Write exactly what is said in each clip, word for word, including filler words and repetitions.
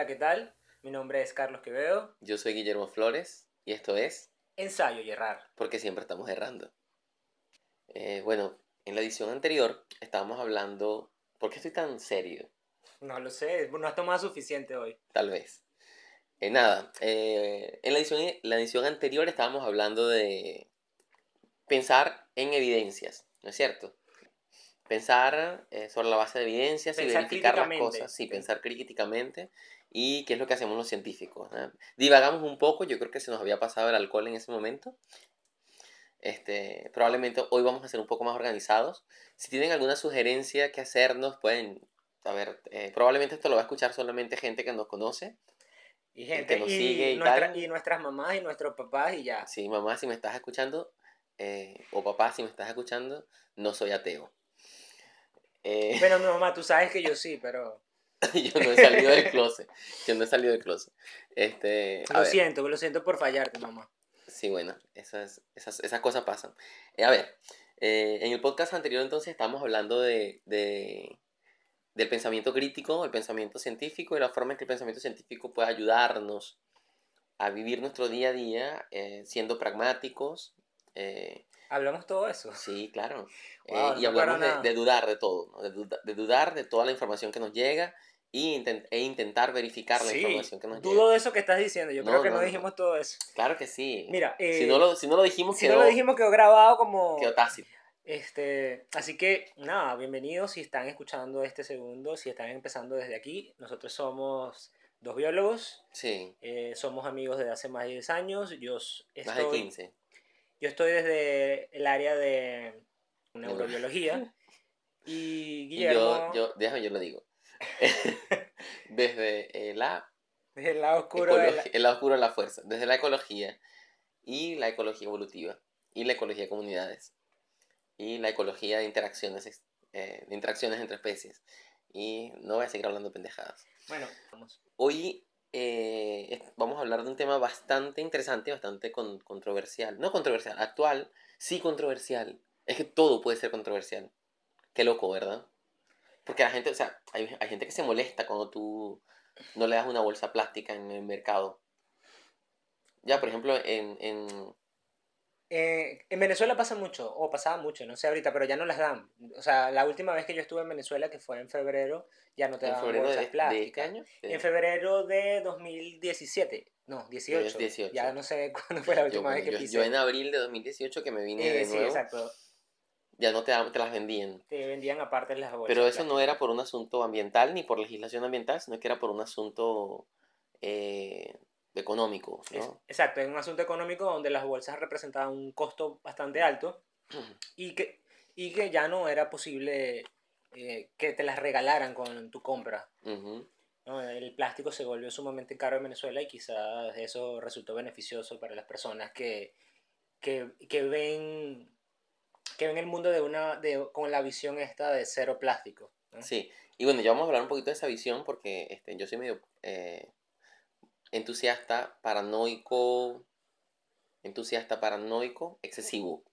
Hola, ¿qué tal? Mi nombre es Carlos Quevedo. Yo soy Guillermo Flores y esto es Ensayo y errar. Porque siempre estamos errando. Eh, bueno, en la edición anterior estábamos hablando... ¿Por qué estoy tan serio? No lo sé, no has tomado suficiente hoy. Tal vez. Eh, nada, eh, en la edición, la edición anterior estábamos hablando de pensar en evidencias, ¿no es cierto? Pensar eh, sobre la base de evidencias y Pensar verificar las críticamente. cosas, sí, Pen- pensar críticamente y qué es lo que hacemos los científicos, ¿no? Divagamos un poco, yo creo que se nos había pasado el alcohol en ese momento. Este, probablemente hoy vamos a ser un poco más organizados. Si tienen alguna sugerencia que hacernos, pueden, a ver, eh, probablemente esto lo va a escuchar solamente gente que nos conoce, Y eh, que gente, nos sigue y, y nuestra, y tal. nuestras mamás y nuestros papás y ya. Sí, mamá, si me estás escuchando, eh, o papá, si me estás escuchando, no soy ateo. Eh, Bueno, mi mamá, tú sabes que yo sí, pero yo no he salido del closet. Yo no he salido del closet. Este, a lo ver, siento, lo siento por fallarte, mamá. sí, bueno, esas, esas, esas cosas pasan. Eh, a ver, eh, en el podcast anterior entonces estábamos hablando de, de del pensamiento crítico, el pensamiento científico y la forma en que el pensamiento científico puede ayudarnos a vivir nuestro día a día eh, siendo pragmáticos. eh, Hablamos todo eso. sí, claro. Eh, Wow, no y me acuerdo hablamos de, nada. de dudar de todo, ¿no? de, duda- de dudar de toda la información que nos llega y intent- e intentar verificar la Sí, información que nos llega. dudo de eso que estás diciendo. Yo creo No, que no no, no. dijimos todo eso. Claro que sí. Mira, Si no eh, lo, si no lo dijimos, si no lo quedó, dijimos, quedó grabado como quedó tácito. Este, así que nada, bienvenidos si están escuchando este segundo, si están empezando desde aquí. Nosotros somos dos biólogos, Sí, eh, somos amigos desde hace más de diez años. Yo s- más de estoy, quince. yo estoy desde el área de De neurobiología y Y yo, Guillermo yo, déjame, yo lo digo. Desde eh, la desde el lado oscuro de la... ecología, el lado oscuro de la fuerza, desde la ecología y la ecología evolutiva y la ecología de comunidades y la ecología de interacciones, ex- eh, de interacciones entre especies. Y no voy a seguir hablando pendejadas. Bueno, vamos. Hoy eh, es- vamos a hablar de un tema bastante interesante, bastante con- controversial. No controversial, actual, sí controversial. Es que todo puede ser controversial. Qué loco, ¿verdad? Porque la gente, o sea, hay, hay gente que se molesta cuando tú no le das una bolsa plástica en el mercado. Ya, por ejemplo, en, en, Eh, en Venezuela pasa mucho, o pasaba mucho, no sé ahorita, pero ya no las dan. O sea, la última vez que yo estuve en Venezuela, que fue en febrero, ya no te en daban febrero bolsas de, de este plásticas. año, En de, febrero de dos mil diecisiete, no, de dieciocho, ya dieciocho. no sé cuándo fue la Yo, última vez bueno, que yo, yo pisé. en abril de dos mil dieciocho que me vine Eh, de sí, nuevo, exacto, ya no te, daban- te las vendían. te vendían aparte las Pero bolsas eso no plásticas. era por un asunto ambiental ni por legislación ambiental, sino que era por un asunto eh, económico, Es, ¿no? exacto, es un asunto económico donde las bolsas representaban un costo bastante alto y que, y que ya no era posible eh, que te las regalaran con tu compra. Ujú. ¿No? El plástico se volvió sumamente caro en Venezuela y quizás eso resultó beneficioso para las personas que, que, que ven, que ven el mundo de una, de, con la visión esta de cero plástico. ¿No? Sí, y bueno, ya vamos a hablar un poquito de esa visión porque este, yo soy medio eh, entusiasta, paranoico, entusiasta, paranoico, excesivo.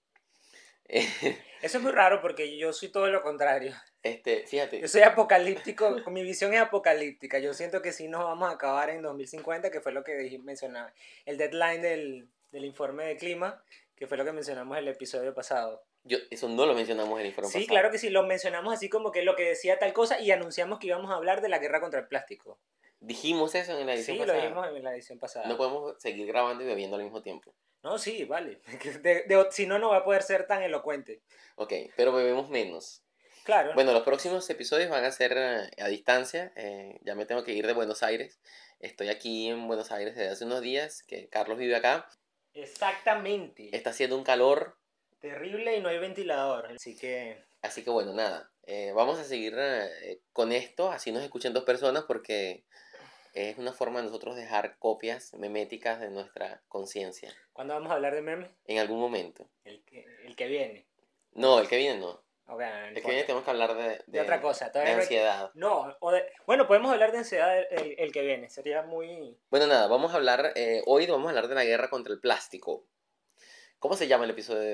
Eso es muy raro porque yo soy todo lo contrario. Este, Yo fíjate, soy apocalíptico, mi visión es apocalíptica. Yo siento que sí nos vamos a acabar en dos mil cincuenta, que fue lo que dije, mencionaba. El deadline del, del informe de clima, que fue lo que mencionamos en el episodio pasado. yo, eso no lo mencionamos en el informe Sí, claro pasado. que sí, lo mencionamos así como que lo que decía tal cosa y anunciamos que íbamos a hablar de la guerra contra el plástico. Dijimos eso en la edición Sí, lo pasada. dijimos en la edición No pasada. podemos seguir grabando y bebiendo al mismo tiempo. No, sí, vale. De- de- si no, no va a poder ser tan elocuente. Ok, pero bebemos menos. Claro, Bueno, los próximos episodios van a ser eh, a distancia. eh, ya me tengo que ir de Buenos Aires. Estoy aquí en Buenos Aires desde hace unos días, que Carlos vive acá. exactamente. Está haciendo un calor, Terrible y no hay ventilador. Así que, así que bueno, nada. eh, vamos a seguir eh, con esto, así nos escuchen dos personas, porque es una forma de nosotros dejar copias meméticas de nuestra conciencia ¿cuándo vamos a hablar de memes? en algún momento. El que, el que viene. No, el que viene no. Ok, no El que viene importa. tenemos que hablar de, De otra de, cosa. de Todavía no hay que... ansiedad. No, o de... bueno, podemos hablar de ansiedad el, el- el que viene. Sería muy... Bueno, nada, vamos a hablar, eh, hoy vamos a hablar de la guerra contra el plástico. ¿Cómo se llama el episodio de hoy?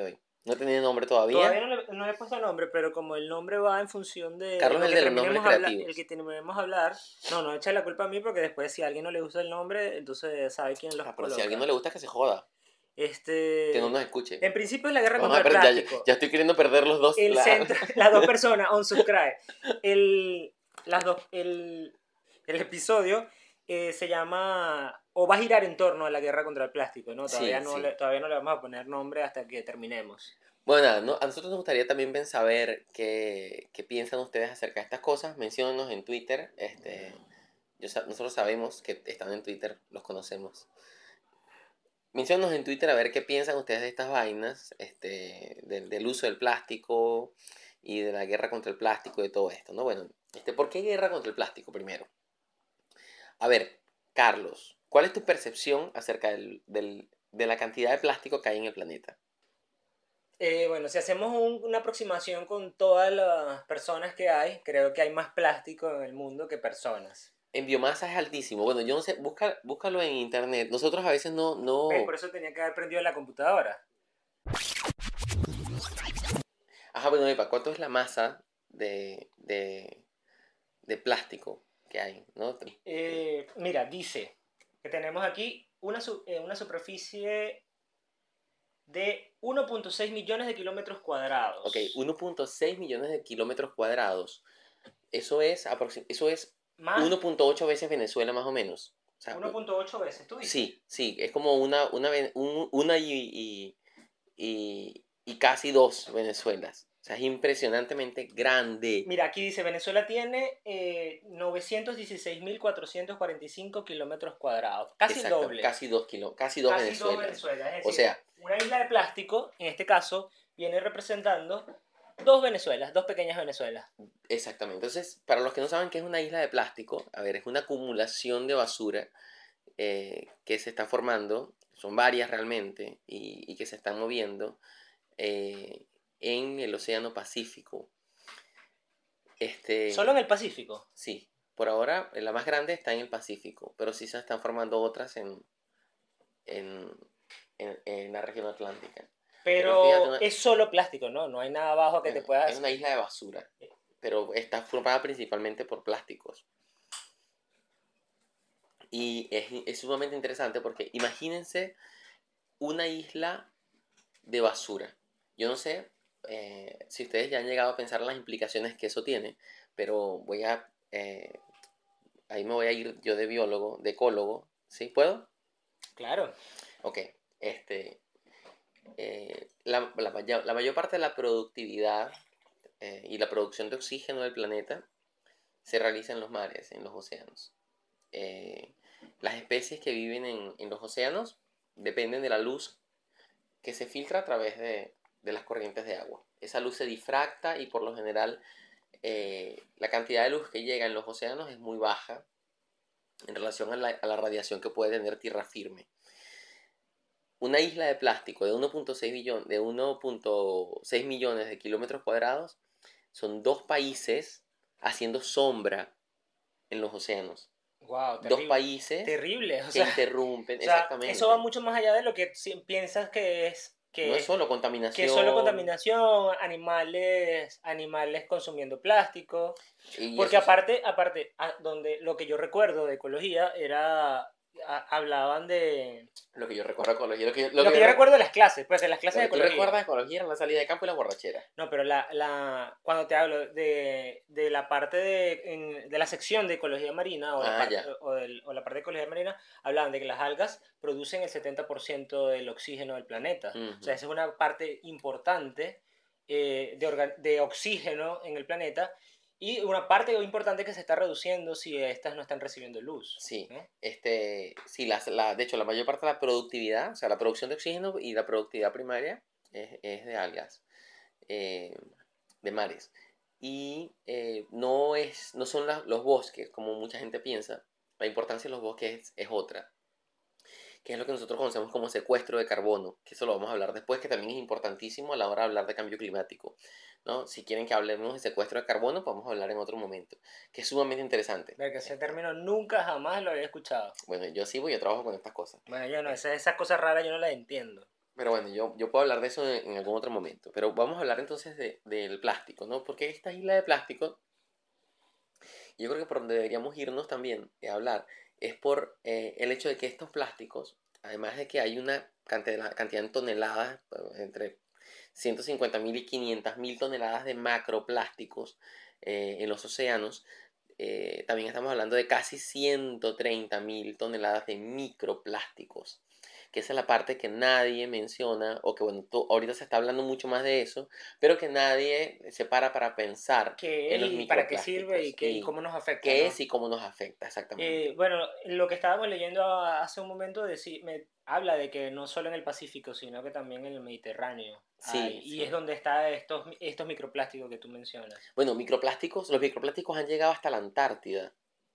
No tenía nombre todavía. Todavía no le, no le he puesto nombre, pero como el nombre va en función de Carlos lo es que el de los nombres terminemos habla- creativos. el que terminemos a hablar, no, no echa la culpa a mí porque después si a alguien no le gusta el nombre, entonces sabe quién los Ah, pero si coloca. a alguien no le gusta que se joda, que no Este, nos escuche. en principio es la guerra Vamos a contra el perder, ya, plástico. ya estoy queriendo perder los dos. El la- centro, las dos personas, unsubscribe. El, las dos, el, el episodio eh, se llama, o va a girar en torno a la guerra contra el plástico, ¿no? Todavía, Sí, no, sí. le, todavía no le vamos a poner nombre hasta que terminemos. Bueno, nada, ¿no? A nosotros nos gustaría también pen- saber qué, qué piensan ustedes acerca de estas cosas. Menciónenos en Twitter. Este, yo, sa- nosotros sabemos que están en Twitter, los conocemos. Menciónenos en Twitter a ver qué piensan ustedes de estas vainas, este, del, del uso del plástico y de la guerra contra el plástico y de todo esto, ¿no? Bueno, este, ¿por qué guerra contra el plástico primero? A ver, Carlos, ¿cuál es tu percepción acerca del, del- de la cantidad de plástico que hay en el planeta? Eh, bueno, si hacemos un- una aproximación con todas las personas que hay, creo que hay más plástico en el mundo que personas. En biomasa es altísimo. Bueno, yo no sé, busca, búscalo en internet. Nosotros a veces no, no... ¿Ves? Por eso tenía que haber prendido la computadora. Ajá, bueno, Epa, ¿cuánto es la masa de, de, de plástico que hay? ¿No? Eh, mira, dice que tenemos aquí una, su- eh, una superficie de uno punto seis millones de kilómetros cuadrados. Ok, uno punto seis millones de kilómetros cuadrados. Eso es, aproxim- eso es Más uno punto ocho veces Venezuela más o menos. O sea, uno punto ocho veces, tú dices. sí, sí, es como una, una, ve- un- una y, y, y, y casi dos Venezuelas. O sea, es impresionantemente grande. Mira, aquí dice Venezuela tiene eh, novecientos dieciséis mil cuatrocientos cuarenta y cinco kilómetros cuadrados. Casi el Exacto, doble. casi dos kilos, casi dos Casi dos Venezuelas. Venezuelas. Es O decir, sea, una isla de plástico, en este caso, viene representando dos Venezuelas, dos pequeñas Venezuelas. exactamente. Entonces, para los que no saben qué es una isla de plástico, a ver, es una acumulación de basura eh, que se está formando, son varias realmente, y, y que se están moviendo eh, en el Océano Pacífico. Este, Solo en el Pacífico. Sí, por ahora eh, la más grande está en el Pacífico, pero sí se están formando otras en, en, en, en la región atlántica. Pero fíjate, Pero una- es solo plástico, ¿no? No hay nada abajo que te bueno, puedas... es una isla de basura, pero está formada principalmente por plásticos. Y es, es sumamente interesante porque imagínense una isla de basura. Yo no sé eh, si ustedes ya han llegado a pensar las implicaciones que eso tiene, pero voy a... eh, ahí me voy a ir yo de biólogo, de ecólogo, ¿sí? ¿Puedo? Claro. Ok, este, eh, la, la mayor, la mayor parte de la productividad eh, y la producción de oxígeno del planeta se realiza en los mares, en los océanos. Eh, las especies que viven en, en los océanos dependen de la luz que se filtra a través de, de las corrientes de agua. Esa luz se difracta y por lo general eh, la cantidad de luz que llega en los océanos es muy baja en relación a la, a la radiación que puede tener tierra firme. Una isla de plástico de uno punto seis billones, de uno punto seis millones de kilómetros cuadrados son dos países haciendo sombra en los océanos. Wow, Dos terrible. países Terrible, o que sea, interrumpen, o sea, exactamente. eso va mucho más allá de lo que si- piensas que es que, No es solo que contaminación. es solo contaminación, animales, animales consumiendo plástico. y Porque eso sí. aparte, aparte, a- donde lo que yo recuerdo de ecología era a- hablaban de Lo que yo recuerdo de ecología. Lo que, lo, que yo re- recuerdo de las clases, pues de las lo clases de que tú ecología. recuerdas de ecología era la salida de campo y la borrachera. No, pero la, la, cuando te hablo de, de la parte de, en- de la sección de ecología marina o, la Ah, parte, ya. o, del- o la parte de ecología marina, hablaban de que las algas producen el setenta por ciento del oxígeno del planeta. Ujú. O sea, esa es una parte importante eh, de, orga- de oxígeno en el planeta y una parte importante que se está reduciendo si estas no están recibiendo luz. Sí, ¿no? este, sí las- la, de hecho, la mayor parte de la productividad, o sea, la producción de oxígeno y la productividad primaria es, es de algas, eh, de mares. Y eh, no, es, no son la- los bosques, como mucha gente piensa. La importancia de los bosques es, es otra, que es lo que nosotros conocemos como secuestro de carbono, que eso lo vamos a hablar después, que también es importantísimo a la hora de hablar de cambio climático, ¿no? Si quieren que hablemos de secuestro de carbono, podemos hablar en otro momento, que es sumamente interesante. Ver que ese término nunca jamás lo había escuchado. Bueno, yo sí voy, yo trabajo con estas cosas. Bueno, yo no, esas, esas cosas raras yo no las entiendo. Pero bueno, yo, yo puedo hablar de eso en, en algún otro momento. Pero vamos a hablar entonces de, del plástico, ¿no? Porque esta isla de plástico, yo creo que por donde deberíamos irnos también a hablar, es por eh, el hecho de que estos plásticos, además de que hay una cantidad, cantidad en toneladas, entre ciento cincuenta mil y quinientas mil toneladas de macroplásticos eh, en los océanos, eh, también estamos hablando de casi ciento treinta mil toneladas de microplásticos, que esa es la parte que nadie menciona, o que bueno, tú, ahorita se está hablando mucho más de eso, pero que nadie se para para pensar ¿Qué en es los y para qué sirve y, microplásticos qué, y y cómo nos afecta, qué ¿no? es y cómo nos afecta Eh, exactamente. bueno, lo que estábamos leyendo hace un momento deci- me habla de que no solo en el Pacífico, sino que también en el Mediterráneo hay, Sí, y es sí. donde están estos, estos microplásticos que tú mencionas. Bueno, microplásticos, los microplásticos han llegado hasta la Antártida.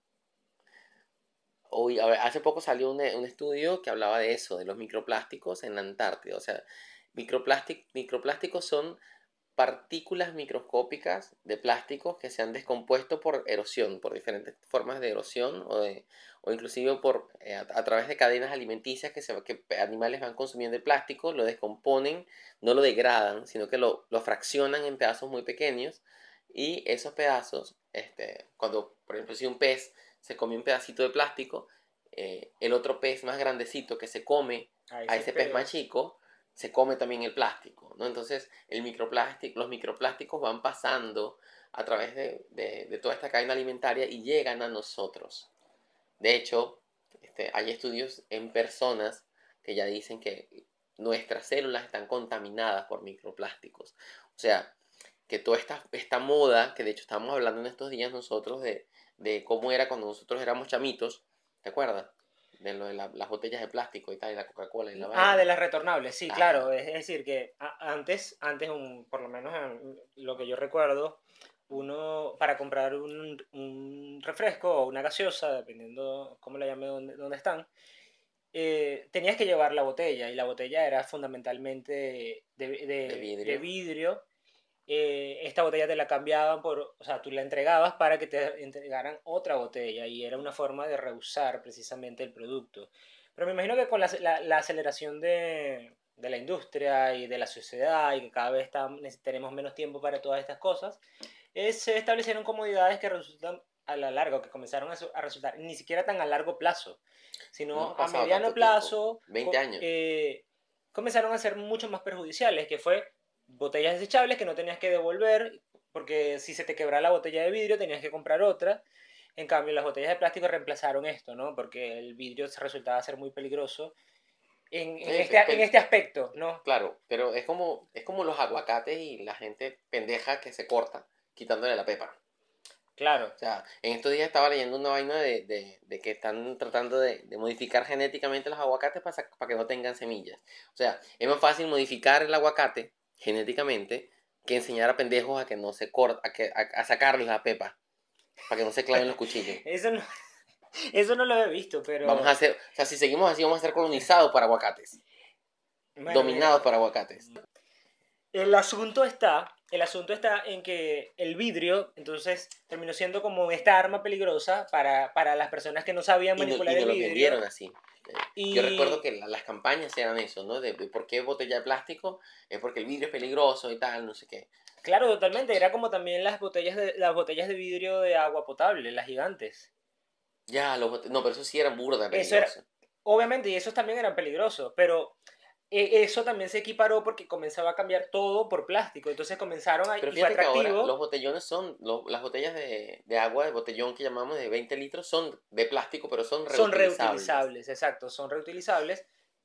Hoy, a ver, hace poco salió un, un estudio que hablaba de eso, de los microplásticos en la Antártida. O sea, microplástic- microplásticos son partículas microscópicas de plásticos que se han descompuesto por erosión, por diferentes formas de erosión o, de, o inclusive por, eh, a, a través de cadenas alimenticias que, se, que animales van consumiendo el plástico, lo descomponen, no lo degradan, sino que lo, lo fraccionan en pedazos muy pequeños y esos pedazos, este, cuando por ejemplo si un pez se come un pedacito de plástico, eh, el otro pez más grandecito que se come A a ese ese pez más pez. chico, se come también el plástico, ¿no? Entonces, el microplástico, los microplásticos van pasando a través de, de, de toda esta cadena alimentaria y llegan a nosotros. De hecho, este, hay estudios en personas que ya dicen que nuestras células están contaminadas por microplásticos. O sea, que toda esta, esta moda, que de hecho estábamos hablando en estos días nosotros de, de cómo era cuando nosotros éramos chamitos, ¿te acuerdas? De lo de la- las botellas de plástico y tal, y la Coca-Cola y la Ah, de vaina. las retornables, sí, claro. Ajá. Es, es decir, que a- antes, antes un, por lo menos en lo que yo recuerdo, uno para comprar un, un refresco o una gaseosa, dependiendo cómo la llame, dónde, dónde están, eh, tenías que llevar la botella y la botella era fundamentalmente de, De de- de vidrio. vidrio. Eh, esta botella te la cambiaban por, o sea, tú la entregabas para que te entregaran otra botella y era una forma de reusar precisamente el producto. Pero me imagino que con la, la- la aceleración de, de la industria y de la sociedad y que cada vez está- tenemos menos tiempo para todas estas cosas, eh, se establecieron comodidades que resultan a la larga, o que comenzaron a, su- a resultar ni siquiera tan a largo plazo, No ha sino a pasado mediano tanto tiempo. plazo, veinte co- años. eh, comenzaron a ser mucho más perjudiciales, que fue botellas desechables que no tenías que devolver, porque si se te quebraba la botella de vidrio tenías que comprar otra. En cambio, las botellas de plástico reemplazaron esto, ¿no? Porque el vidrio resultaba ser muy peligroso en, en Eh, este, pe- en pel- este aspecto, ¿no? claro, pero es como, es como los aguacates y la gente pendeja que se corta quitándole la pepa. Claro. O sea, en estos días estaba leyendo una vaina de, de, de que están tratando de, de modificar genéticamente los aguacates para, para que no tengan semillas. O sea, es más fácil modificar el aguacate genéticamente que enseñar a pendejos a que no se corta, a, que, a, a sacarles la pepa, para que no se claven los cuchillos. Eso no, eso no lo he visto, Vamos a pero hacer, o sea, si seguimos así, vamos a ser colonizados por aguacates, bueno, mira, dominados por aguacates. el asunto está, el asunto está en que el vidrio, entonces, terminó siendo como esta arma peligrosa para, para las personas que no sabían Y, no, manipular y el nos los vidrio. vendieron así. Eh, Yo recuerdo Y, que la- las campañas eran eso, ¿no? De, de por qué botella de plástico, es porque el vidrio es peligroso y tal, no sé qué. claro, totalmente, era como también las botellas de, las botellas de vidrio de agua potable, las gigantes. Ya, los bote- no, pero eso sí era burda Eso era, peligroso. obviamente, y esos también eran peligrosos, pero eh, eso también se equiparó porque comenzaba a cambiar todo por plástico. Entonces comenzaron a, Pero y fue fíjate que ahora los atractivo, botellones son, lo- las botellas de, de agua, de botellón que llamamos de veinte litros, son de plástico, pero son son reutilizables. reutilizables, exacto, son reutilizables.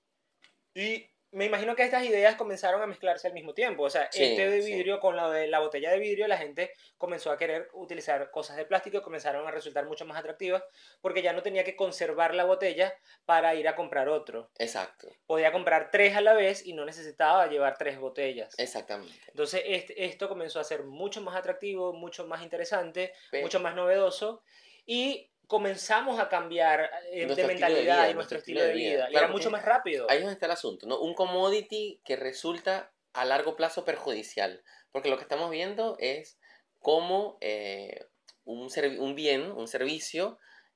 Y me imagino que estas ideas comenzaron a mezclarse al mismo tiempo. O sea, este Sí, de sí, vidrio con la de la botella de vidrio, la gente comenzó a querer utilizar cosas de plástico y comenzaron a resultar mucho más atractivas porque ya no tenía que conservar la botella para ir a comprar otro. exacto, Podía comprar tres a la vez y no necesitaba llevar tres botellas. exactamente. Entonces, este, esto comenzó a ser mucho más atractivo, mucho más interesante, Pe- mucho más novedoso y comenzamos a cambiar eh, de nuestro estilo de mentalidad vida, y nuestro nuestro estilo estilo de de vida. vida. Y era Claro, mucho porque más rápido. ahí es donde está el asunto, ¿no? Un commodity que resulta a largo plazo perjudicial. Porque lo que estamos viendo es cómo eh, un, servi- un bien, un servicio,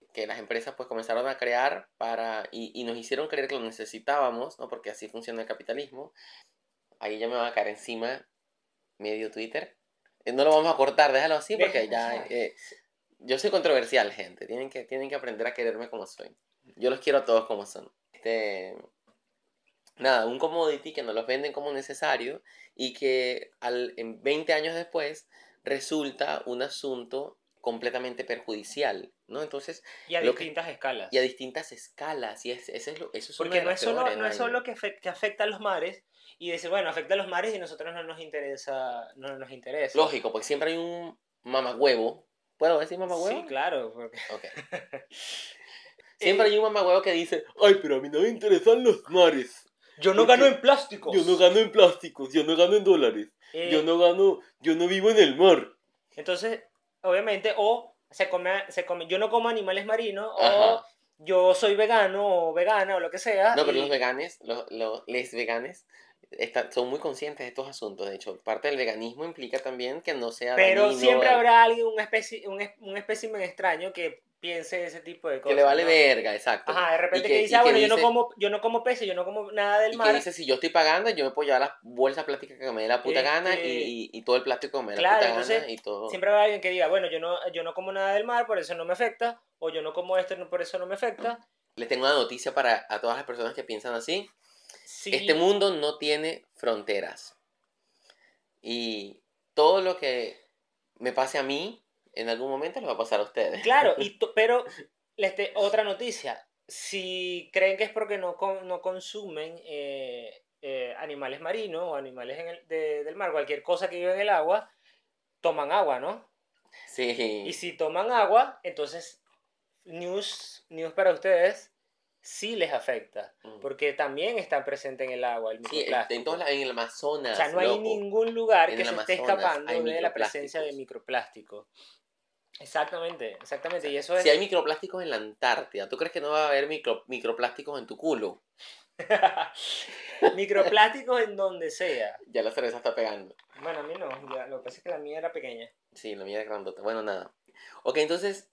que las empresas pues comenzaron a crear para, y, y nos hicieron creer que lo necesitábamos, ¿no? Porque así funciona el capitalismo. Ahí ya me va a caer encima medio Twitter. Eh, No lo vamos a cortar, déjalo así Deja- porque ya... ajá. eh, yo soy controversial, gente. Tienen que, tienen que aprender a quererme como soy. Yo los quiero a todos como son. Este, nada, un commodity que nos los venden como necesario y que al, en veinte años después resulta un asunto completamente perjudicial, ¿no? Entonces, Y a lo que, distintas escalas. y a distintas escalas, y es, ese es lo, eso es una Porque de no las es solo, peores no es vainas. solo que, afecta, que afecta a los mares y decir, bueno, afecta a los mares y nosotros no nos interesa, no nos interesa. Lógico, porque siempre hay un mamagüevo. ¿Puedo decir Sí, mamagüevo? claro, porque Ok. Siempre eh, hay un mamagüevo que dice, ay, pero a mí no me interesan los mares. yo no gano Porque en plásticos. yo no gano en plásticos, yo no gano en dólares. Yo Eh, no gano, yo no vivo en el mar. entonces, obviamente, o se come, se come, yo no como animales marinos, o Ajá. yo soy vegano o vegana o lo que sea, No, pero los y, veganes, los, los les veganes, están, son muy conscientes de estos asuntos. De hecho, parte del veganismo implica también que no sea pero dañino, siempre al- habrá alguien, un, especi un, es- un espécimen extraño que piense ese tipo de que le cosas, vale ¿no? verga, exacto. Ajá, de Y repente que que, dice, y ah, que bueno, yo no dice, como, yo no como peces, yo no como nada del y que mar, dice, si yo estoy pagando, yo me puedo llevar las bolsas plásticas que me dé la puta gana este, y, y, y todo el plástico que me dé la claro, puta gana entonces y todo. siempre habrá alguien que diga, bueno, yo no, yo no como nada del mar, por eso no me afecta, o yo no como esto, no- por eso no me afecta. Les tengo una noticia para a todas las personas que piensan así. Este Sí, mundo no tiene fronteras. Y todo lo que me pase a mí, en algún momento les va a pasar a ustedes. claro, y to- pero este, otra noticia, si creen que es porque no, con- no consumen eh, eh, animales marinos o animales en el- de- del mar, cualquier cosa que vive en el agua, toman agua, ¿no? Y Sí, si toman agua, entonces news, news para ustedes sí les afecta, mm, porque también están presentes en el agua el sí, en, en, todos microplástico. la- en el O sea, Amazonas, no hay loco. ningún lugar En que el se esté Amazonas hay escapando de la presencia de microplásticos. microplástico. Exactamente, O exactamente. sea, Y eso si hay es microplásticos en la Antártida, ¿tú crees que no va a haber micro, microplásticos en tu culo? microplásticos en donde sea. Ya la cerveza está pegando. Bueno, a mí no, ya, lo que pasa es que la mía era pequeña. Sí, la mía es grandota. Bueno, nada. Ok, entonces,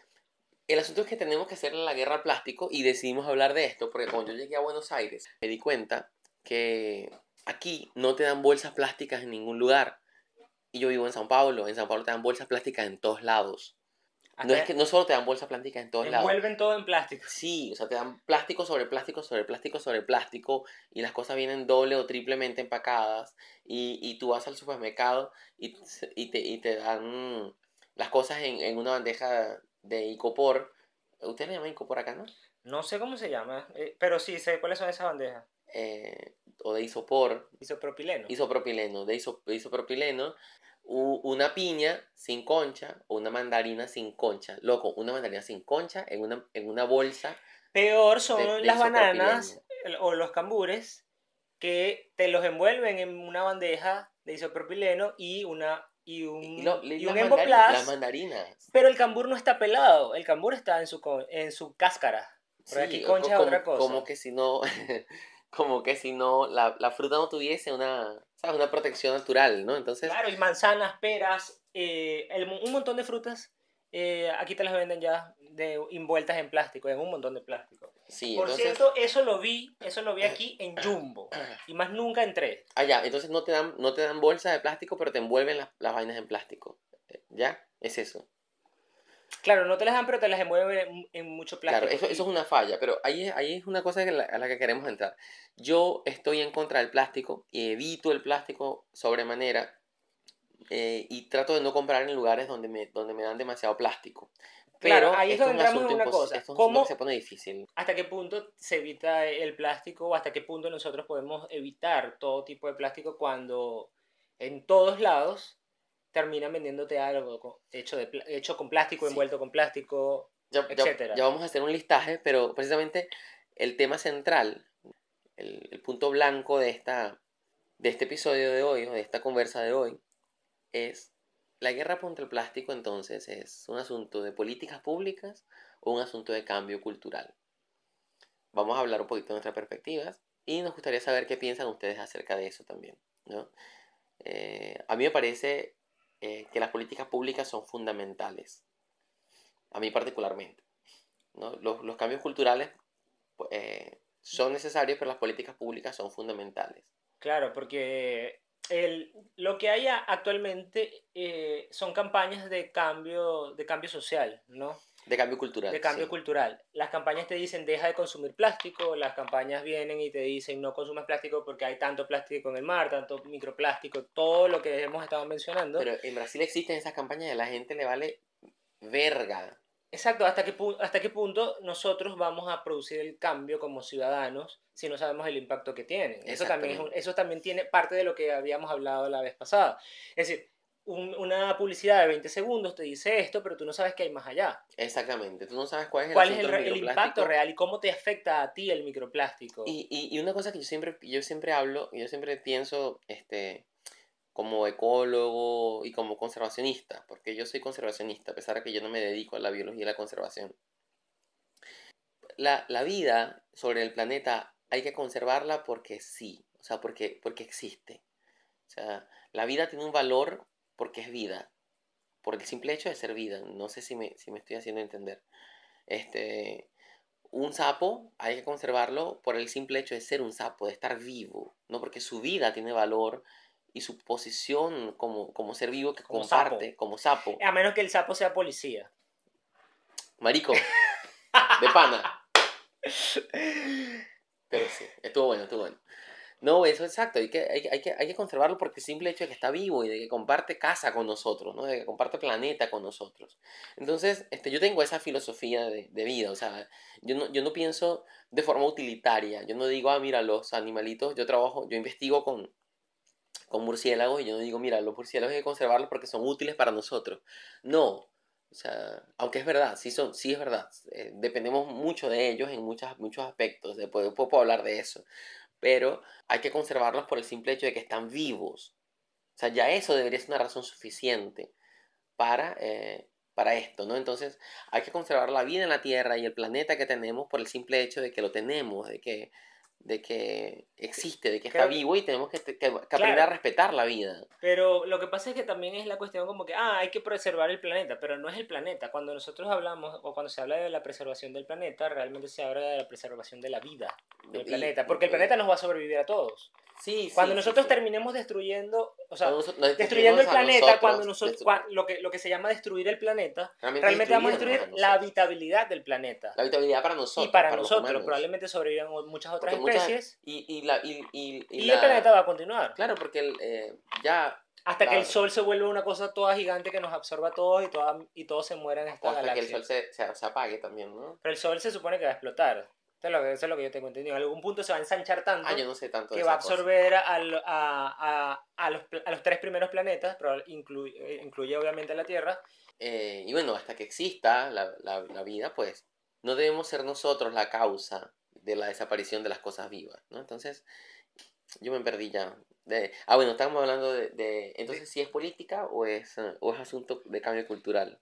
el asunto es que tenemos que hacerle la guerra al plástico y decidimos hablar de esto porque cuando yo llegué a Buenos Aires me di cuenta que aquí no te dan bolsas plásticas en ningún lugar. Y yo vivo en Sao Paulo. En Sao Paulo te dan bolsas plásticas en todos lados. No es Hasta que no solo te dan bolsas plásticas en todos lados. envuelven todo en plástico. Sí, o sea, te dan plástico sobre plástico sobre plástico sobre plástico y las cosas vienen doble o triplemente empacadas y, y tú vas al supermercado y, y, te, y te dan las cosas en, en una bandeja de icopor. Ustedes le llaman icopor acá, ¿no? No sé cómo se llama, eh, pero sí sé cuáles son esas bandejas. Eh, o de isopor, Isopropileno. isopropileno, de iso- de isopropileno, u- una piña sin concha o una mandarina sin concha. Loco, una mandarina sin concha en una, en una bolsa Peor de, son de las isopropileno. bananas el- o los cambures que te los envuelven en una bandeja de isopropileno y, una, y, Y, y lo- un, y y un las, mandari- las Emboplast, mandarinas. pero el cambur no está pelado, el cambur está en su, co- en su cáscara. Porque aquí Sí, o co- concha es otra como, como cosa. que si no, como que si no, la, la fruta no tuviese una, ¿sabes? Una protección natural, ¿no? Entonces, Claro, y manzanas, peras, eh, el mo- un montón de frutas, eh, aquí te las venden ya de, envueltas en plástico, en un montón de plástico. sí, Por entonces, cierto, eso lo vi, eso lo vi aquí en Jumbo. Y más nunca entré. allá, entonces no te dan, no te dan bolsa de plástico, pero te envuelven las, las vainas en plástico. Eh, ¿Ya? Es eso. Claro, no te las dan, pero te las envuelven en, en mucho Claro, plástico. eso, eso es Y una falla, pero ahí es, ahí es una cosa que la- a la que queremos entrar. Yo estoy en contra del plástico y evito el plástico sobremanera eh, y trato de no comprar en lugares donde me, donde me dan demasiado plástico. claro, Pero ahí es esto donde es un entramos en asunto una impos- cosa. esto es un asunto que se ¿Cómo, pone difícil. hasta qué punto se evita el plástico o hasta qué punto nosotros podemos evitar todo tipo de plástico cuando en todos lados terminan vendiéndote algo co- hecho, de, pl- hecho con plástico, Sí. envuelto con plástico, Ya, ya, ya etcétera? vamos a hacer un listaje, pero precisamente el tema central, el, el punto blanco de, esta, de este episodio de hoy, o de esta conversa de hoy, es la guerra contra el plástico. Entonces es un asunto de políticas públicas o un asunto de cambio cultural. Vamos a hablar un poquito de nuestras perspectivas y nos gustaría saber qué piensan ustedes acerca de eso también, ¿no? Eh, a mí me parece eh, que las políticas públicas son fundamentales, a mí particularmente. ¿no? Los, los cambios culturales pues, eh, son necesarios, pero las políticas públicas son fundamentales. Claro, porque el, lo que hay a- actualmente eh, son campañas de cambio, de cambio social, ¿no? De cambio cultural, De cambio sí. cultural. Las campañas te dicen deja de consumir plástico, las campañas vienen y te dicen no consumas plástico porque hay tanto plástico en el mar, tanto microplástico, todo lo que hemos estado mencionando. Pero en Brasil existen esas campañas y a la gente le vale verga. Exacto, ¿hasta qué, pu- hasta qué punto nosotros vamos a producir el cambio como ciudadanos si no sabemos el impacto que tienen? Eso también, es un- Exactamente. eso también tiene parte de lo que habíamos hablado la vez pasada. Es decir, un- una publicidad de veinte segundos te dice esto, pero tú no sabes qué hay más allá. Exactamente. Tú no sabes cuál es el ¿Cuál es asunto el, del re- el impacto microplástico. real y cómo te afecta a ti el microplástico? Y, y, y una cosa que yo siempre, yo siempre hablo, yo siempre pienso, este, como ecólogo y como conservacionista, porque yo soy conservacionista, a pesar de que yo no me dedico a la biología y la conservación. La, la vida sobre el planeta hay que conservarla porque sí, o sea, porque, porque existe. O sea, la vida tiene un valor porque es vida, por el simple hecho de ser vida. No sé si me, si me estoy haciendo entender. Este, un sapo hay que conservarlo por el simple hecho de ser un sapo, de estar vivo, no porque su vida tiene valor y su posición como, como ser vivo que Como sapo. comparte como sapo. A menos que el sapo sea policía. Marico, de pana. Pero sí, estuvo bueno, estuvo bueno. No, eso es exacto, hay que, hay, que- hay que, hay que conservarlo porque el simple hecho de que está vivo y de que comparte casa con nosotros, ¿no? De que comparte planeta con nosotros. Entonces, este, yo tengo esa filosofía de, de vida, o sea, yo no, yo no pienso de forma utilitaria, yo no digo, ah, mira, los animalitos, yo trabajo, yo investigo con, con murciélagos y yo no digo, mira, los murciélagos hay que conservarlos porque son útiles para nosotros. No, o sea, aunque es verdad, sí, son, sí es verdad, eh, dependemos mucho de ellos en muchas, muchos aspectos, después, después puedo hablar de eso, pero hay que conservarlos por el simple hecho de que están vivos. O sea, ya eso debería ser una razón suficiente para, eh, para esto, ¿no? Entonces, hay que conservar la vida en la Tierra y el planeta que tenemos por el simple hecho de que lo tenemos, de que, de que existe, de que está Creo que, vivo y tenemos que, que- que aprender a claro, respetar la vida. pero lo que pasa es que también es la cuestión como que, ah, hay que preservar el planeta, pero no es el planeta. Cuando nosotros hablamos o cuando se habla de la preservación del planeta, realmente se habla de la preservación de la vida del Y, planeta, porque el eh, planeta nos va a sobrevivir a todos. sí, Cuando sí, sí, nosotros sí. terminemos destruyendo, o sea, Cuando nosotros nos destruyendo destruimos el a planeta, cuando nosotros, nosotros, destru- lo, que, lo que se llama destruir el planeta, realmente realmente vamos a destruyéndonos a destruir la nosotros. habitabilidad del planeta. La habitabilidad para Y nosotros, para para los nosotros, humanos. probablemente sobrevivan muchas otras Porque muchas... especies Y, y la... Y, y, y y el planeta la va a continuar. claro, porque el, eh, ya... Hasta que el La, Sol se vuelva una cosa toda gigante que nos absorba a todos y, toda, y todos se mueran en o esta hasta que el galaxia. sol se, se, se apague también, ¿no? Pero el Sol se supone que va a explotar. Eso es lo que, eso es lo que yo tengo entendido. En algún punto se va a ensanchar Ah, yo tanto no sé tanto de que va a esa cosa. absorber al- a, a, a, los, a los tres primeros planetas, pero incluye, incluye obviamente la Tierra. Eh, y bueno, hasta que exista la, la, la vida, pues no debemos ser nosotros la causa de la desaparición de las cosas vivas, ¿no? Entonces, yo me perdí ya. De, ah, bueno, estábamos hablando de, de entonces, De, si es política o es, eh, o es asunto de cambio cultural.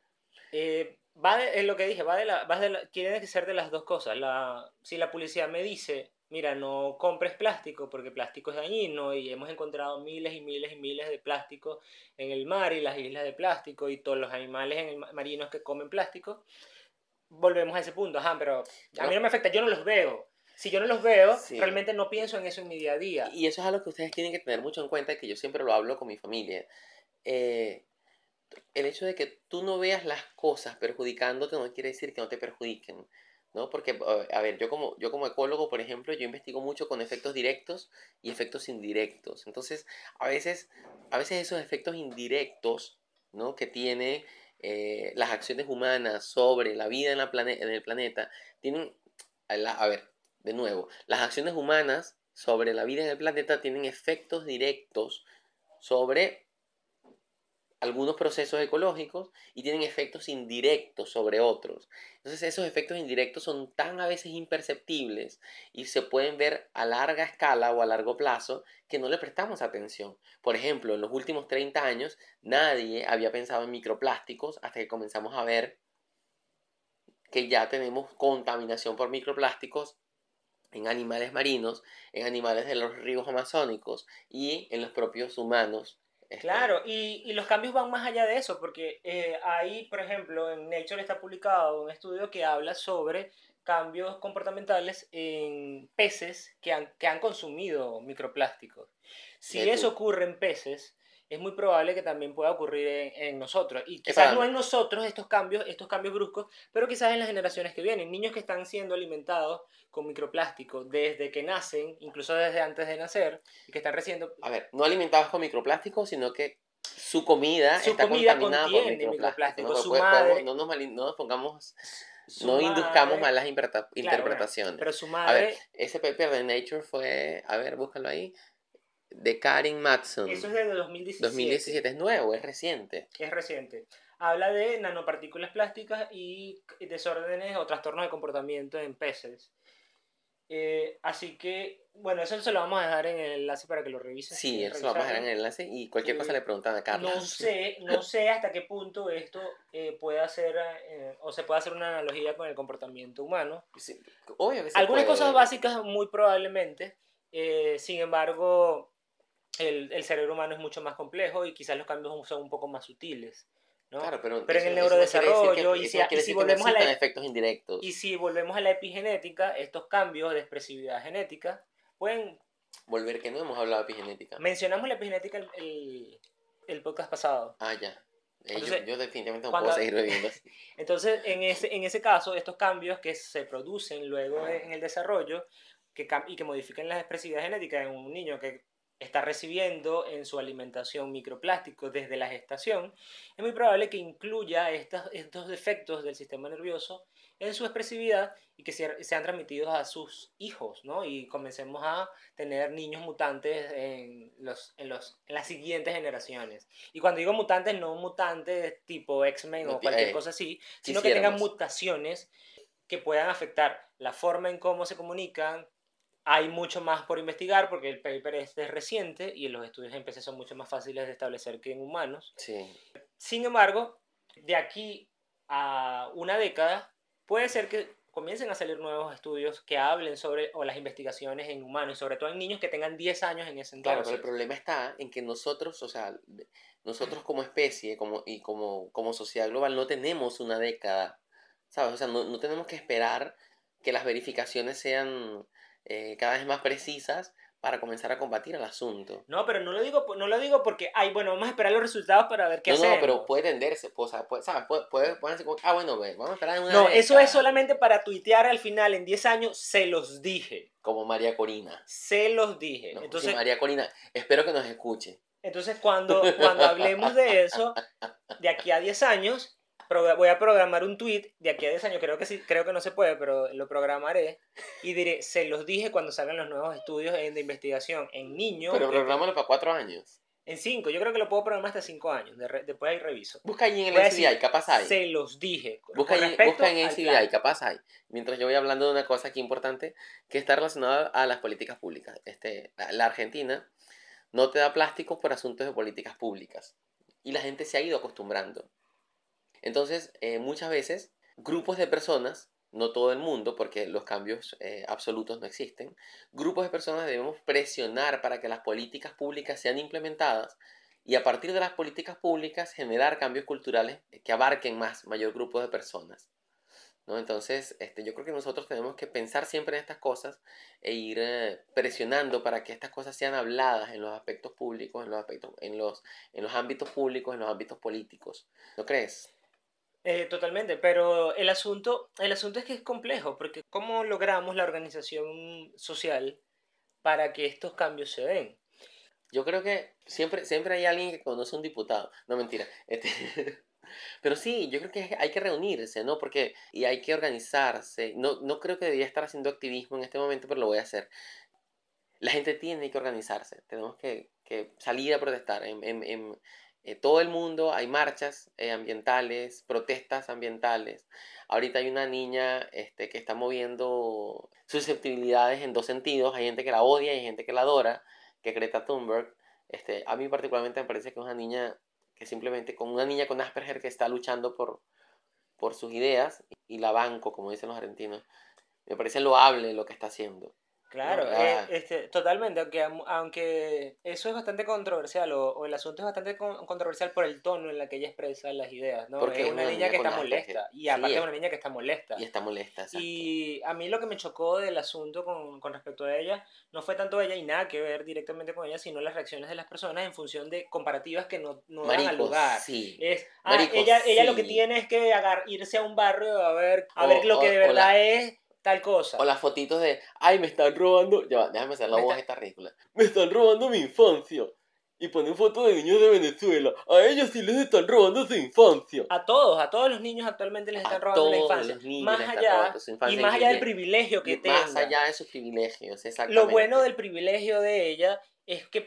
eh, va de, es lo que dije, va de la, va de la, tiene que ser de las dos cosas. La, si la policía me dice, mira, no compres plástico porque plástico es dañino y hemos encontrado miles y miles y miles de plásticos en el mar y las islas de plástico y todos los animales en el marinos que comen plástico, volvemos a ese punto, ajá, pero a mí No, no me afecta, yo no los veo. Si yo no los veo, sí. realmente no pienso en eso en mi día a día. Y eso es algo que ustedes tienen que tener mucho en cuenta, que yo siempre lo hablo con mi familia. Eh, el hecho de que tú no veas las cosas perjudicándote no quiere decir que no te perjudiquen, ¿no? Porque, eh, a ver, yo como, yo como ecólogo, por ejemplo, yo investigo mucho con efectos directos y efectos indirectos. Entonces, a veces, a veces esos efectos indirectos, ¿no? Que tiene eh, las acciones humanas sobre la vida en, la plane en el planeta, tienen, a, la- a ver, de nuevo, las acciones humanas sobre la vida en el planeta tienen efectos directos sobre algunos procesos ecológicos y tienen efectos indirectos sobre otros. Entonces esos efectos indirectos son tan a veces imperceptibles y se pueden ver a larga escala o a largo plazo que no le prestamos atención. Por ejemplo, en los últimos treinta años nadie había pensado en microplásticos hasta que comenzamos a ver que ya tenemos contaminación por microplásticos en animales marinos, en animales de los ríos amazónicos y en los propios humanos Este, Claro, y, y los cambios van más allá de eso, porque eh, hay, por ejemplo, en Nature está publicado un estudio que habla sobre cambios comportamentales en peces que han, que han consumido microplásticos. ve Si eso tú. ocurre en peces, es muy probable que también pueda ocurrir en, en nosotros. Y Epa, quizás no dame. en nosotros estos cambios, estos cambios bruscos, pero quizás en las generaciones que vienen. Niños que están siendo alimentados con microplástico desde que nacen, incluso desde antes de nacer, y que están recibiendo A ver, no alimentados con microplásticos, sino que su comida su está comida contaminada por contiene microplásticos, ¿no? microplástico, Pues su puede- podemos, madre, no nos, mali- no nos pongamos, su no induzcamos madre, malas interpreta- claro, bueno, pero interpretaciones. su A ver, madre, ese paper de Nature fue, a ver, búscalo ahí, de Karin eso es Matson, desde dos mil diecisiete, dos mil diecisiete, es nuevo, es reciente. es reciente. Habla de nanopartículas plásticas y desórdenes o trastornos de comportamiento en peces. Eh, así que, bueno, eso se lo vamos a dejar en el enlace para que lo revisen si Sí, quieren eso lo vamos a dejar revisarlo. en el enlace y cualquier cosa le Eh, preguntan a Carla. no sé, no sé hasta qué punto esto eh, puede hacer eh, o se puede hacer una analogía con el comportamiento humano. Sí, obvio que se Algunas cosas puede. básicas, muy probablemente. Eh, sin embargo, el, el cerebro humano es mucho más complejo y quizás los cambios son un poco más sutiles, ¿no? Claro, pero Pero en el eso, eso no quiere decir que, neurodesarrollo, y eso si, no y quiere si decir que no volvemos a la, existan ep- efectos y indirectos. si volvemos a la epigenética, estos cambios de expresividad genética pueden... Volver que no hemos hablado de epigenética. Mencionamos la epigenética el, el, el podcast pasado. Ah, ya. Eh, yo, Entonces, yo definitivamente no puedo cuando, seguir bebiendo así. entonces en, ese, en ese caso, estos cambios que se producen luego en el desarrollo que, y que modifican la expresividad genética en un niño que está recibiendo en su alimentación microplásticos desde la gestación, es muy probable que incluya estos, estos defectos del sistema nervioso en su expresividad y que sean transmitidos a sus hijos, ¿no? Y comencemos a tener niños mutantes en, los, en, los, en las siguientes generaciones. Y cuando digo mutantes, no mutantes tipo X-Men No, o ti- cualquier eh, cosa así, sino que tengan quisiéramos. mutaciones que puedan afectar la forma en cómo se comunican. Hay mucho más por investigar porque el paper este es reciente y los estudios en peces son mucho más fáciles de establecer que en humanos. Sí. Sin embargo, de aquí a una década, puede ser que comiencen a salir nuevos estudios que hablen sobre o las investigaciones en humanos, y sobre todo en niños que tengan diez años en ese Claro, pero el entonces. problema está en que nosotros, o sea, de- nosotros como especie como, y como, como sociedad global no tenemos una década, ¿sabes? O sea, no, no tenemos que esperar que las verificaciones sean eh, cada vez más precisas para comenzar a combatir el asunto. No, pero no lo digo, no lo digo porque, ay, bueno, vamos a esperar los resultados para ver qué No, no, pero hacemos. puede tenderse, pues, o sea, puede, ¿sabes? Puede, puede ponerse como, ah, bueno, ve, vamos a esperar una No, eso es década, solamente para tuitear al final, en diez años, se los dije. como María Corina. Se los dije. No, sí, Entonces, María Corina, espero que nos escuche. entonces cuando, cuando hablemos de eso, de aquí a diez años, voy a programar un tweet de aquí a diez años, creo que sí, creo que no se puede, pero lo programaré y diré, se los dije cuando salgan los nuevos estudios de investigación en niños, Pero que te- programámoslo para cuatro años. en cinco, yo creo que lo puedo programar hasta cinco años, de re- después ahí reviso. Busca ahí en el Voy a N C B I, decir, capaz hay. se los dije, Busca, con ahí- busca respecto en al N C B I, plástico. capaz hay. Mientras yo voy hablando de una cosa aquí importante que está relacionada a las políticas públicas. Este, la la Argentina no te da plásticos por asuntos de políticas públicas. Y la gente se ha ido acostumbrando. Entonces, eh, muchas veces, grupos de personas, no todo el mundo, porque los cambios eh, absolutos no existen, grupos de personas debemos presionar para que las políticas públicas sean implementadas y a partir de las políticas públicas generar cambios culturales que abarquen más, mayor grupo de personas. ¿No? Entonces, este, yo creo que nosotros tenemos que pensar siempre en estas cosas e ir eh, presionando para que estas cosas sean habladas en los aspectos públicos, en los aspectos, en los, en los ámbitos públicos, en los ámbitos políticos. ¿No crees? Eh, totalmente, pero el asunto, el asunto es que es complejo, porque ¿cómo logramos la organización social para que estos cambios se den? Yo creo que siempre, siempre hay alguien que conoce a un diputado. No, mentira. Este, pero sí, yo creo que hay que reunirse, ¿no? Porque, y hay que organizarse. No, no creo que debería estar haciendo activismo en este momento, pero lo voy a hacer. La gente tiene que organizarse. Tenemos que, que salir a protestar. En, en, en eh, todo el mundo hay marchas eh, ambientales, protestas ambientales. Ahorita hay una niña este, que está moviendo susceptibilidades en dos sentidos. Hay gente que la odia y hay gente que la adora, que es Greta Thunberg. Este, a mí particularmente me parece que es una niña que simplemente, con una niña con Asperger que está luchando por, por sus ideas y la banco, como dicen los argentinos. Me parece loable lo que está haciendo. ¿no? Claro, eh, Ah, este, totalmente, aunque, am- aunque eso es bastante controversial, o, o el asunto es bastante con- controversial por el tono en la que ella expresa las ideas, ¿no? porque Es es una una niña niña que con está Asperger. molesta, y Sí, aparte es es- una niña que está y molesta. está molesta, exacto. Y a mí lo que me chocó del asunto con, con respecto a ella no fue tanto ella y nada que ver directamente con ella, sino las reacciones de las personas en función de comparativas que no, no dan al Marico, lugar. sí. Es, ah, Marico, ella, ella lo que sí. tiene es que agar- irse a un barrio a ver, a O, ver lo que de o, o, la, verdad es tal o cosa. las fotitos de, ay, me están robando. Ya va, déjame hacer la Me voz está, esta ridícula. Me están robando mi infancia. Y ponen fotos de niños de Venezuela. A ellos sí les están robando su infancia. A todos, a todos los niños actualmente les A están robando la todos infancia. los niños Más les están robando allá, su y infancia. más Y, allá del y- privilegio que y más tenga. allá de sus privilegios, Lo bueno exactamente. del privilegio de ella es que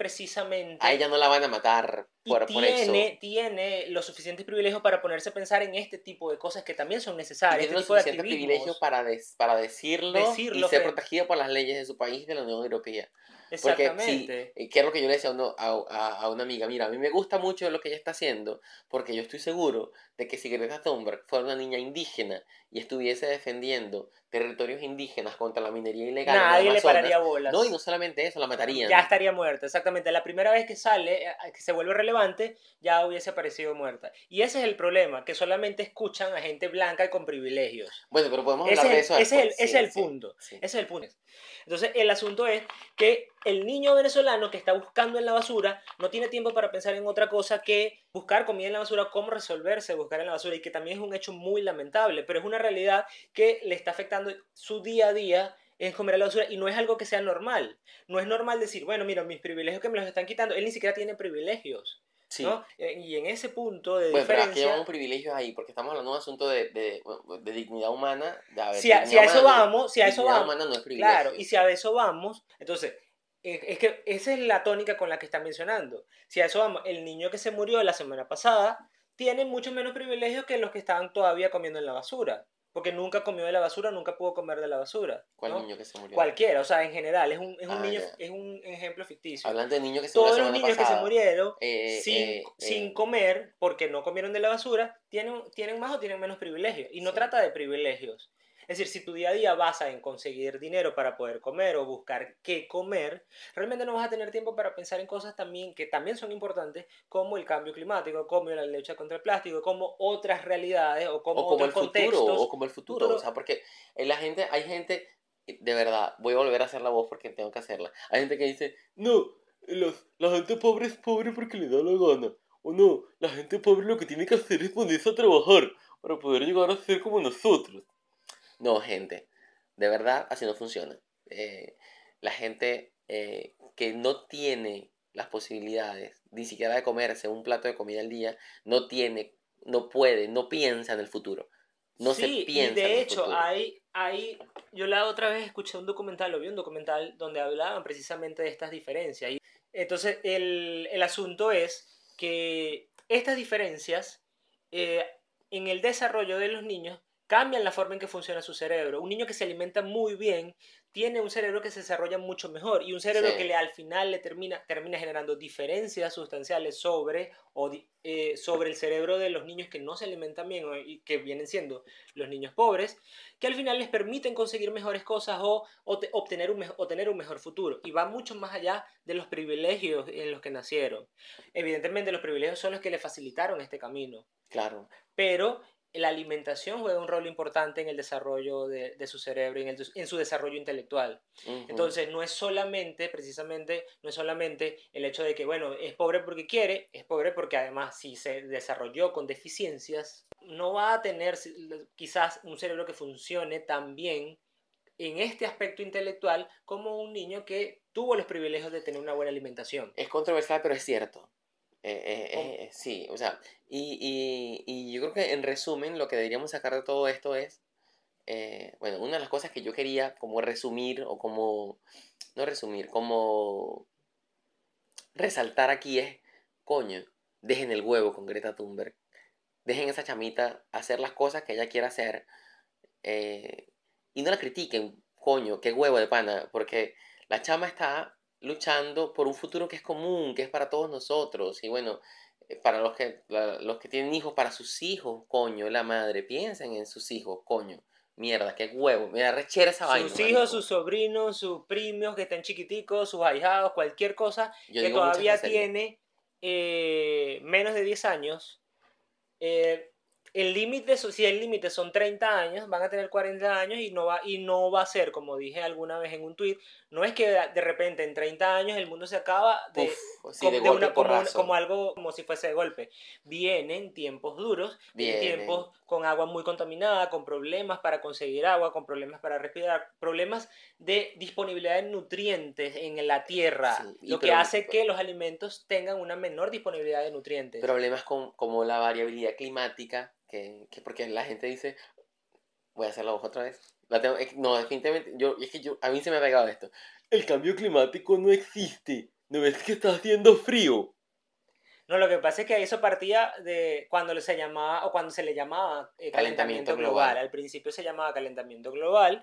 A precisamente ella no la van a matar y por, por eso. tiene, tiene los suficientes privilegios para ponerse a pensar en este tipo de cosas que también son Y necesarias, tiene este los tipo de suficientes privilegios activismos, para, des- para decirlo y decirlo ser frente. protegido por las leyes de su país y de la Unión Europea. Porque sí, Exactamente. eh, que es lo que yo le decía a, uno- a, a- a una amiga, mira, a mí me gusta mucho lo que ella está haciendo, porque yo estoy seguro de que si Greta Thunberg fuera una niña indígena y estuviese defendiendo territorios indígenas contra la minería ilegal en el Nadie le pararía Amazonas, no, y no bolas. solamente eso, la Ya matarían. estaría muerta, exactamente. La primera vez que sale, eh, que se vuelve relevante, ya hubiese aparecido muerta. Y ese es el problema, que solamente escuchan a gente blanca y con privilegios. Bueno, pero podemos Ese hablar es de el, eso ese es el, después, ese es sí, el sí, punto. sí. Ese es el punto. Entonces, el asunto es que el niño venezolano que está buscando en la basura no tiene tiempo para pensar en otra cosa que buscar comida en la basura, cómo resolverse buscar en la basura, y que también es un hecho muy lamentable, pero es una realidad que le está afectando su día a día en comer en la basura y no es algo que sea normal. No es normal decir, bueno, mira, mis privilegios que me los están quitando, él ni siquiera tiene privilegios, Sí. ¿no? Eh, Y en ese punto de Bueno, pero aquí diferencia, llevamos privilegios ahí, porque estamos hablando de un asunto de, de, de dignidad humana. De, a ver, si a, si dignidad a humana eso no, vamos, si a eso dignidad vamos, humana no es claro, y privilegio. si a eso vamos, entonces, eh, es que esa es la tónica con la que están mencionando. Si a eso vamos, el niño que se murió la semana pasada tiene mucho menos privilegios que los que estaban todavía comiendo en la basura, porque nunca comió de la basura, nunca pudo comer de la basura, ¿Cuál ¿no? niño que se murió? Cualquiera, o sea, en general, es un, es un Ah, niño, ya. es un ejemplo ficticio. Hablando de niños que se murió la Todos los semana niños que se pasada. murieron Eh, sin, eh, sin eh, comer, porque no comieron de la basura, tienen, tienen más o tienen menos privilegios. Y no sí. trata de privilegios. Es decir, si tu día a día basa en conseguir dinero para poder comer o buscar qué comer, realmente no vas a tener tiempo para pensar en cosas también que también son importantes, como el cambio climático, como la lucha contra el plástico, como otras realidades o como O como otros el futuro, o contextos. como el futuro. O Futuro, sea, porque eh, la gente, hay gente, de verdad, voy a volver a hacer la voz porque tengo que hacerla. Hay gente que dice, no, los, la gente pobre es pobre porque le da la gana. O no, la gente pobre lo que tiene que hacer es ponerse a trabajar para poder llegar a ser como nosotros. No, gente, de verdad así no funciona. Eh, la gente eh, que no tiene las posibilidades ni siquiera de comerse un plato de comida al día, no tiene, no puede, no piensa en el futuro. No se sí, y piensa en de el hecho, futuro. hay, hay, yo la otra vez escuché un documental, o vi un documental donde hablaban precisamente de estas diferencias. Y entonces, el, el asunto es que estas diferencias eh, en el desarrollo de los niños cambian la forma en que funciona su cerebro. Un niño que se alimenta muy bien tiene un cerebro que se desarrolla mucho mejor y un Sí, cerebro que le, al final le termina, termina generando diferencias sustanciales sobre, o, eh, sobre el cerebro de los niños que no se alimentan bien o, y que vienen siendo los niños pobres, que al final les permiten conseguir mejores cosas o, o te, obtener, un, o tener un mejor futuro. Y va mucho más allá de los privilegios en los que nacieron. Evidentemente los privilegios son los que le facilitaron este camino, claro. pero la alimentación juega un rol importante en el desarrollo de, de su cerebro y en, el, en, su desarrollo intelectual. Ujú. Entonces, no es solamente, precisamente, no es solamente el hecho de que, bueno, es pobre porque quiere, es pobre porque además si se desarrolló con deficiencias, no va a tener quizás un cerebro que funcione tan bien en este aspecto intelectual como un niño que tuvo los privilegios de tener una buena alimentación. Es controversial, pero es cierto. Eh, eh, Como, eh, eh, sí, o sea, y, y, y yo creo que en resumen lo que deberíamos sacar de todo esto es, eh, bueno, una de las cosas que yo quería como resumir o como, no resumir, como resaltar aquí es, coño, dejen el huevo con Greta Thunberg, dejen a esa chamita hacer las cosas que ella quiera hacer eh, y no la critiquen, coño, qué huevo de pana, porque la chama está luchando por un futuro que es común, que es para todos nosotros y bueno, eh, para los que, la- los que tienen hijos, para sus hijos, coño, la madre, piensen en sus hijos, coño. Mierda, qué huevo. Me da rechera esa vaina, Sus hijos, marico. sus sobrinos, sus primos que estén chiquiticos, sus ahijados, cualquier cosa Yo que digo muchas todavía groserías. tiene eh, menos de diez años, eh, el límite, so- si el límite son treinta años, van a tener cuarenta años y no va, y no va a ser, como dije alguna vez en un tuit, no es que de de repente en treinta años el mundo se acaba Puf, de, sí, de com- de golpe y una, como, una- como porrazo. algo, como si fuese de golpe. Vienen tiempos duros, vienen Vienen. tiempos con agua muy contaminada, con problemas para conseguir agua, con problemas para respirar, problemas de disponibilidad de nutrientes en la tierra, Sí, y lo que pro- hace que los alimentos tengan una menor disponibilidad de nutrientes. problemas con, como la variabilidad climática, que, que porque la gente dice, voy a hacer la voz otra vez. La tengo- es que- no, definitivamente, yo, es que yo, a mí se me ha pegado esto. El cambio climático no existe. ¿No ves que está haciendo frío? No, lo que pasa es que eso partía de cuando se llamaba, o cuando se le llamaba eh, Calentamiento calentamiento global. global. Al principio se llamaba calentamiento global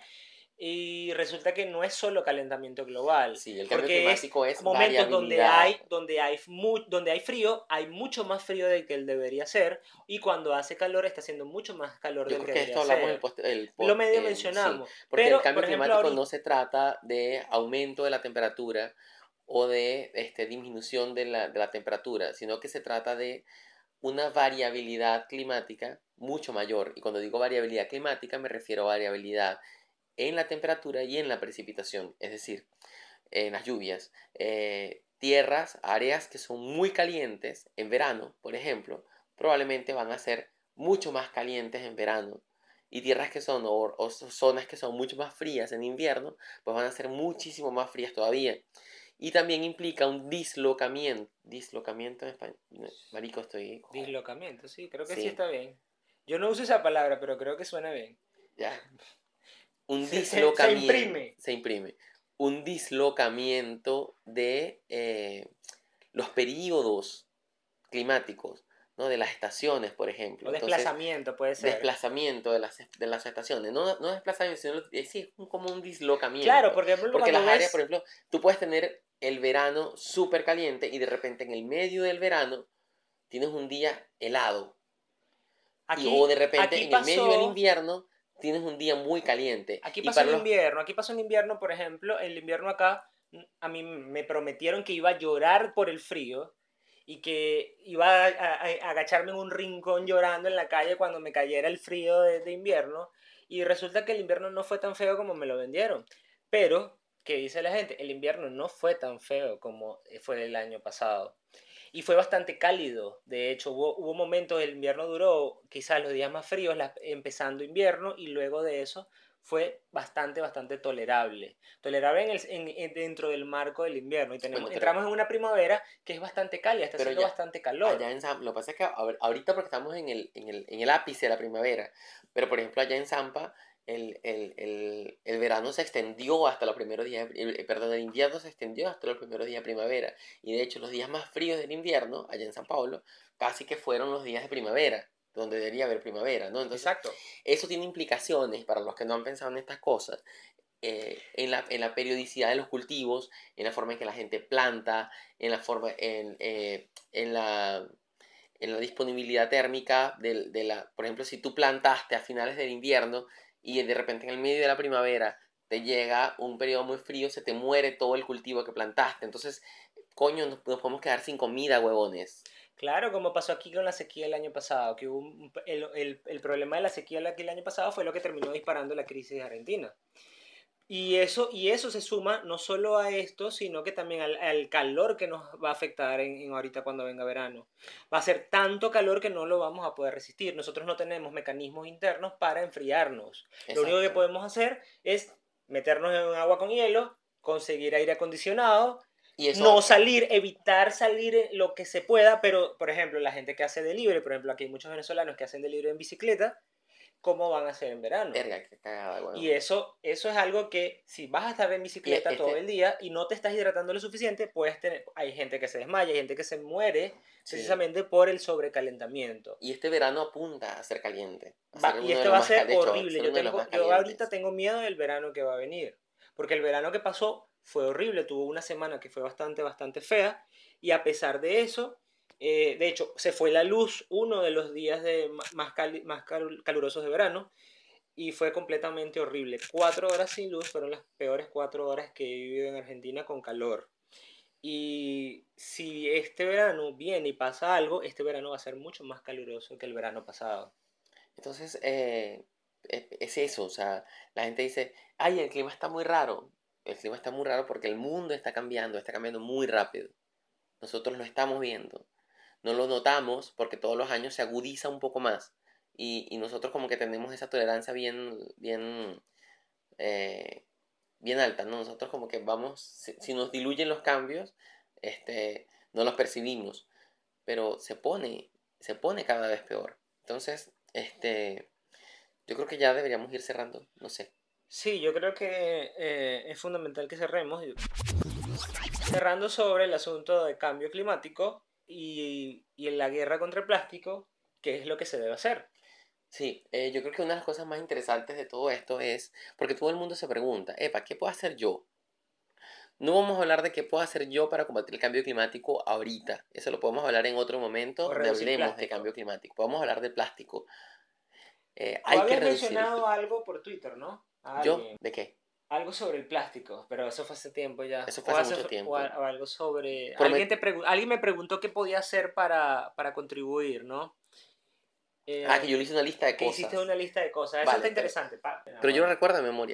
y resulta que no es solo calentamiento global, Sí, el cambio porque es climático es momentos donde hay, variabilidad. donde hay, mu- donde hay frío, hay mucho más frío del que él debería ser, y cuando hace calor está haciendo mucho más calor Yo del creo que que debería esto hablamos el ser. post, el Lo pod- medio el- sí, mencionamos, porque el pero cambio por ejemplo climático ahorita, no se trata de aumento de la temperatura o de este, disminución de la, de la temperatura, sino que se trata de una variabilidad climática mucho mayor. Y cuando digo variabilidad climática me refiero a variabilidad en la temperatura y en la precipitación, es decir, en las lluvias. Eh, tierras, áreas que son muy calientes en verano, por ejemplo, probablemente van a ser mucho más calientes en verano. Y tierras que son, o, o zonas que son mucho más frías en invierno, pues van a ser muchísimo más frías todavía. Y también implica un dislocamiento. Dislocamiento en español. Marico, estoy. dislocamiento, sí, creo que sí Sí, está bien. Yo no uso esa palabra, pero creo que suena bien. ya. Un Se, se, se dislocamiento. imprime. Se imprime. Un dislocamiento de eh, los periodos climáticos, ¿no? De las estaciones, por ejemplo. O Entonces, desplazamiento puede ser. desplazamiento de las, de las estaciones. No, no desplazamiento, sino es sí, es un- como un Claro, dislocamiento. porque por ejemplo Porque cuando las áreas, por ves, ejemplo, tú puedes tener el verano súper caliente y de repente en el medio del verano tienes un día helado. Y, o aquí, de repente aquí en el medio del pasó, invierno tienes un día muy caliente. aquí Y pasó para en los... invierno, aquí pasó en invierno, por ejemplo, el invierno acá, a mí me prometieron que iba a llorar por el frío y que iba a, a- a agacharme en un rincón llorando en la calle cuando me cayera el frío de, de invierno, y resulta que el invierno no fue tan feo como me lo vendieron. Pero, ¿qué dice la gente? El invierno no fue tan feo como fue el año pasado. Y fue bastante cálido. De hecho, hubo, hubo momentos, el invierno duró quizás los días más fríos, la- empezando invierno, y luego de eso fue bastante, bastante tolerable. Tolerable en el, en- en- dentro del marco del invierno. Y tenemos, Bueno, pero, entramos en una primavera que es bastante cálida, está pero haciendo ya, bastante allá calor. en Zampa, lo que pasa es que a ver, ahorita porque estamos en el, en el, en el ápice de la primavera, pero por ejemplo allá en Zampa el, el, el, el verano se extendió hasta los primeros días, el- el- perdón, el invierno se extendió hasta los primeros días de primavera. Y de hecho los días más fríos del invierno, allá en San Pablo, casi que fueron los días de primavera, donde debería haber primavera, ¿no? Entonces, Exacto. eso tiene implicaciones para los que no han pensado en estas cosas, eh, en, la, en la periodicidad de los cultivos, en la forma en que la gente planta, en la forma, en, eh, en la en la disponibilidad térmica de, de la, por ejemplo, si tú plantaste a finales del invierno y de repente en el medio de la primavera te llega un periodo muy frío, se te muere todo el cultivo que plantaste. Entonces, coño, nos, nos podemos quedar sin comida, huevones. Claro, como pasó aquí con la sequía el año pasado, que hubo un- el, el- el problema de la sequía aquí el año pasado fue lo que terminó disparando la crisis de Argentina. Y eso, y eso se suma no solo a esto, sino que también al, al calor que nos va a afectar en, en ahorita cuando venga verano. Va a ser tanto calor que no lo vamos a poder resistir. Nosotros no tenemos mecanismos internos para enfriarnos. Lo único que Exacto. podemos hacer es meternos en agua con hielo, conseguir aire acondicionado, Y no eso, salir, evitar salir lo que se pueda, pero por ejemplo la gente que hace delivery, por ejemplo aquí hay muchos venezolanos que hacen delivery en bicicleta, ¿cómo van a hacer en verano? verga, qué cagada, Y huevón. eso, eso es algo que si vas a estar en Y bicicleta todo este, el día y no te estás hidratando lo suficiente, puedes tener, hay gente que se desmaya, hay gente que se muere sí. precisamente por el sobrecalentamiento. Y este verano apunta a ser caliente. A Va, ser y uno de este los va a más, ser de hecho, a horrible. ser Yo uno de los tengo, más yo ahorita calientes. tengo miedo del verano que va a venir. Porque el verano que pasó fue horrible. Tuvo una semana que fue bastante, bastante fea. Y a pesar de eso, eh, de hecho, se fue la luz uno de los días de más, cali- más calurosos de verano. y fue completamente horrible. Cuatro horas sin luz fueron las peores cuatro horas que he vivido en Argentina con calor. Y si este verano viene y pasa algo, este verano va a ser mucho más caluroso que el verano pasado. Entonces, eh, es, es eso, o sea, la gente dice, ay, el clima está muy raro. El clima está muy raro porque el mundo está cambiando, está cambiando muy rápido. Nosotros lo estamos viendo. No lo notamos porque todos los años se agudiza un poco más. Y, y nosotros como que tenemos esa tolerancia bien, bien, eh, bien alta, ¿no? Nosotros como que vamos, si, si nos diluyen los cambios, este, no los percibimos. Pero se pone, se pone cada vez peor. Entonces, este, yo creo que ya deberíamos ir cerrando, no sé. Sí, yo creo que eh, es fundamental que cerremos. Cerrando sobre el asunto de cambio climático y, y en la guerra contra el plástico, ¿qué es lo que se debe hacer? Sí, eh, yo creo que una de las cosas más interesantes de todo esto es, porque todo el mundo se pregunta, epa, ¿qué puedo hacer yo? No vamos a hablar de qué puedo hacer yo para combatir el cambio climático ahorita. Eso lo podemos hablar en otro momento O donde reducir hablemos de plástico. cambio climático. Podemos hablar de plástico. Eh, Tú hay que habías reducir el... mencionado pl- algo por Twitter, ¿no? A ¿Yo? alguien. ¿De qué? Algo sobre el plástico, pero eso fue hace tiempo ya. Eso fue O, hace hace, mucho o, a- tiempo. o algo sobre... Alguien, Promet... te pregu- alguien me preguntó qué podía hacer para, para contribuir, ¿no? Ah, que Eh, yo le hice una lista de que hiciste cosas. una lista de cosas. Eso está Vale, pero, interesante. Pa- pero yo lo ahora. recuerdo de memoria.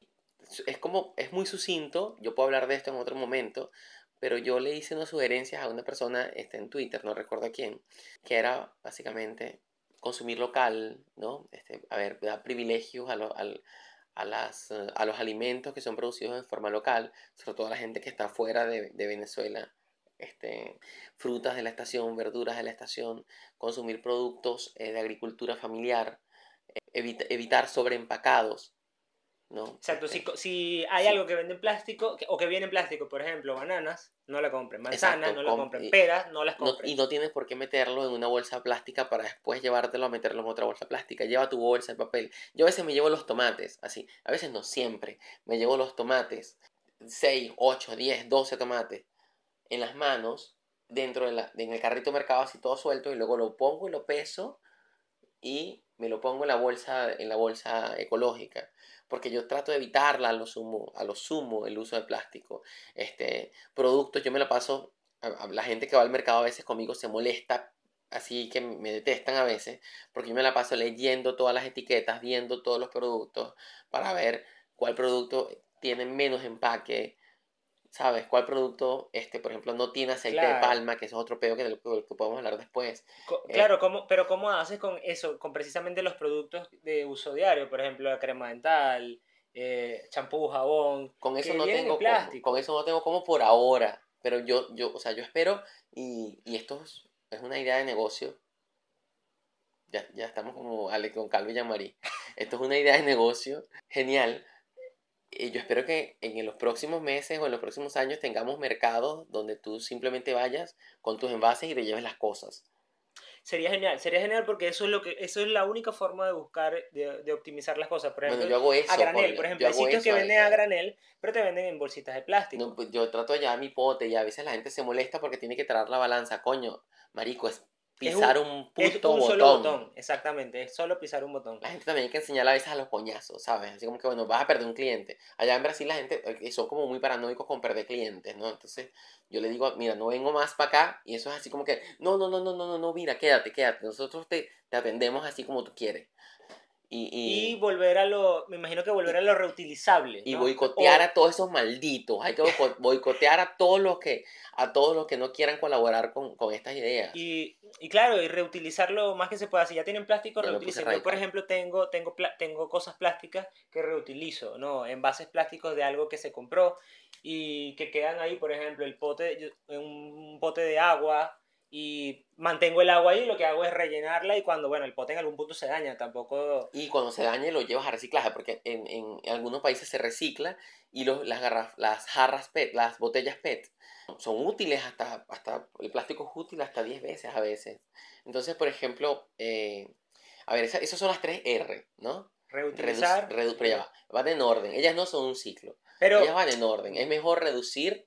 Es como, es muy sucinto, yo puedo hablar de esto en otro momento, pero yo le hice unas sugerencias a una persona este, en Twitter, no recuerdo a quién, que era básicamente consumir local, ¿no? Este, a ver, dar privilegios a, lo- al- a, las, eh, a los alimentos que son producidos de forma local, sobre todo a la gente que está fuera de, de Venezuela. Este, frutas de la estación, verduras de la estación, consumir productos eh, de agricultura familiar, evita- evitar sobreempacados, ¿no? Exacto, si, Este, co- si hay sí, algo que vende en plástico, que- o que viene en plástico, por ejemplo, bananas, no la compren. Manzanas, exacto, no la com- compren. y, Peras, no las no, compren. y no tienes por qué meterlo en una bolsa plástica para después llevártelo a meterlo en otra bolsa plástica. Lleva tu bolsa de papel. Yo a veces me llevo los tomates, así. A veces no siempre. Me llevo los tomates, seis ocho diez doce tomates, en las manos, dentro de la, en el carrito de mercado, así todo suelto, y luego lo pongo y lo peso y me lo pongo en la bolsa, en la bolsa ecológica. Porque yo trato de evitarla a lo sumo, a lo sumo el uso de plástico. Este, productos, yo me la paso, a, a la gente que va al mercado a veces conmigo se molesta, así que me detestan a veces, porque yo me la paso leyendo todas las etiquetas, viendo todos los productos, para ver cuál producto tiene menos empaque, ¿sabes? ¿Cuál producto, este, por ejemplo, no tiene aceite de Claro. palma, que eso es otro pedo que, del que podemos hablar después? Co- Eh, claro, ¿cómo, pero ¿cómo haces con eso? Con precisamente los productos de uso diario, por ejemplo, la crema dental, eh, champú, jabón, Con eso que no vienen en tengo cómo, con plástico. eso no tengo cómo por ahora, pero yo, yo, o sea, yo espero y, y esto es, es una idea de negocio, ya, ya estamos como Ale con Calvo y Jean-Marie, esto es una idea de negocio genial y yo espero que en los próximos meses o en los próximos años tengamos mercados donde tú simplemente vayas con tus envases y te lleves las cosas. Sería genial, sería genial porque eso es lo que, eso es la única forma de buscar, de, de optimizar las cosas. Por Bueno, ejemplo, yo hago a eso, con granel, por la- ejemplo, yo hay hago sitios que eso, venden a eh, granel, pero te venden en bolsitas de no, plástico. pues, yo trato de llevar mi pote y a veces la gente se molesta porque tiene que traer la balanza, coño, marico, es Es un, pisar un es puto un solo botón. botón, exactamente, es solo pisar un botón. La gente también hay que enseñar a veces a los coñazos, ¿sabes? Así como que, bueno, vas a perder un cliente. Allá en Brasil la gente eh, son como muy paranoicos con perder clientes, ¿no? Entonces yo le digo, mira, no vengo más para acá. Y eso es así como que, no, no, no, no, no, no, no, mira, quédate, quédate. Nosotros te, te atendemos así como tú quieres. Y Y, volver a lo, me imagino que y, volver a y, lo reutilizable, y ¿no? boicotear O, a todos esos malditos. Hay que boico- boicotear a todos los que, a todos los que no quieran colaborar con, con estas ideas. Y, y claro, y reutilizar lo más que se pueda. Si ya tienen plástico, Ya me puse reutilicen. Yo, por radical. ejemplo, tengo, tengo, pla- tengo cosas plásticas que reutilizo, ¿no? Envases plásticos de algo que se compró y que quedan ahí, por ejemplo, el pote, yo- un pote de agua y mantengo el agua ahí, lo que hago es rellenarla y cuando, bueno, el pote en algún punto se daña, tampoco... Y cuando se dañe lo llevas a reciclaje, porque en, en algunos países se recicla y los, las, garraf- las jarras P E T, las botellas P E T, son útiles hasta, hasta el plástico es útil hasta diez veces a veces. Entonces, por ejemplo, eh, a ver, esa- esas son las tres R, ¿no? Reduc- Reutilizar, redu- pero ya re- va, van en orden, ellas no son un ciclo, ellas pero van en orden. Es mejor reducir,